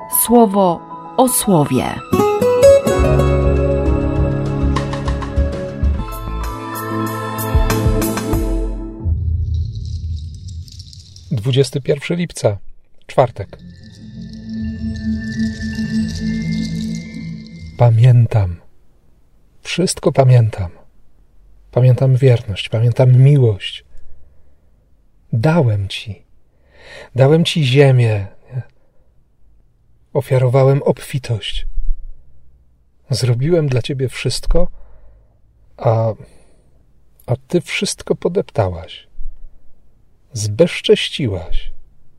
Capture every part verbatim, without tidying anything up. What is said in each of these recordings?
Słowo o słowie. dwudziestego pierwszego lipca, czwartek. Pamiętam. Wszystko pamiętam. Pamiętam wierność, pamiętam miłość. Dałem Ci. Dałem Ci ziemię. Ofiarowałem obfitość. Zrobiłem dla Ciebie wszystko, a, a Ty wszystko podeptałaś. Zbezcześciłaś.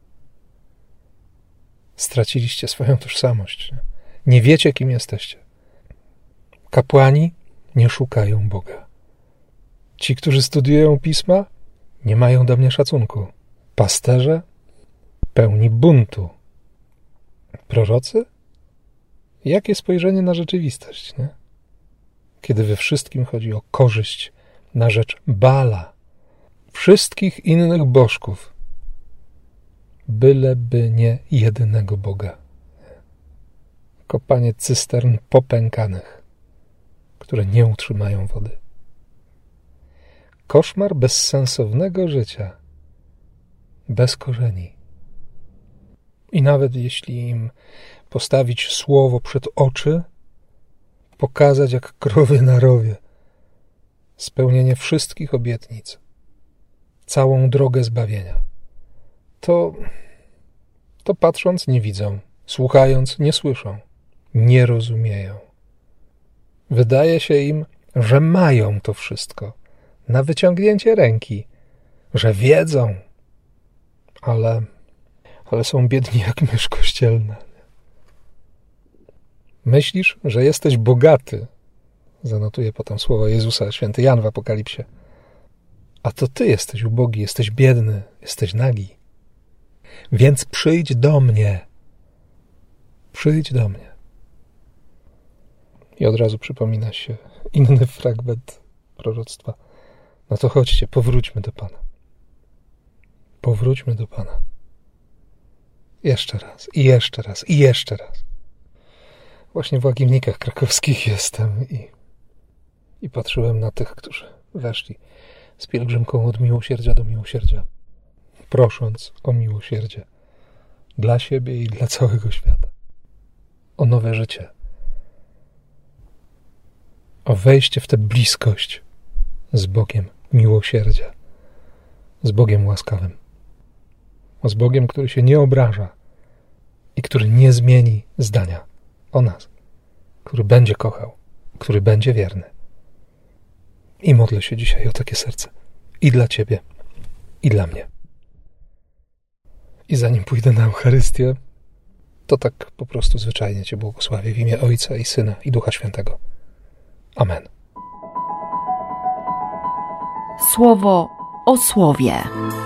Straciliście swoją tożsamość. Nie? nie wiecie, kim jesteście. Kapłani nie szukają Boga. Ci, którzy studiują Pisma, nie mają do mnie szacunku. Pasterze pełni buntu. Prorocy? Jakie spojrzenie na rzeczywistość, nie? Kiedy we wszystkim chodzi o korzyść na rzecz Baala, wszystkich innych bożków, byleby nie jedynego Boga. Kopanie cystern popękanych, które nie utrzymają wody. Koszmar bezsensownego życia, bez korzeni. I nawet jeśli im postawić słowo przed oczy, pokazać jak krowy na rowie, spełnienie wszystkich obietnic, całą drogę zbawienia, to, to patrząc nie widzą, słuchając nie słyszą, nie rozumieją. Wydaje się im, że mają to wszystko na wyciągnięcie ręki, że wiedzą, ale, ale są biedni jak mysz kościelna. Myślisz, że jesteś bogaty, zanotuje potem słowa Jezusa, święty Jan w Apokalipsie, a to ty jesteś ubogi, jesteś biedny, jesteś nagi. Więc przyjdź do mnie. Przyjdź do mnie. I od razu przypomina się inny fragment proroctwa. No to chodźcie, powróćmy do Pana. Powróćmy do Pana. Jeszcze raz, i jeszcze raz, i jeszcze raz. Właśnie w Łagiewnikach krakowskich jestem i, i patrzyłem na tych, którzy weszli z pielgrzymką od miłosierdzia do miłosierdzia, prosząc o miłosierdzie dla siebie i dla całego świata. O nowe życie. O wejście w tę bliskość z Bogiem miłosierdzia, z Bogiem łaskawym, z Bogiem, który się nie obraża i który nie zmieni zdania o nas, który będzie kochał, który będzie wierny. I modlę się dzisiaj o takie serce i dla Ciebie, i dla mnie. I zanim pójdę na Eucharystię, to tak po prostu zwyczajnie Cię błogosławię w imię Ojca i Syna i Ducha Świętego. Amen. Słowo o słowie.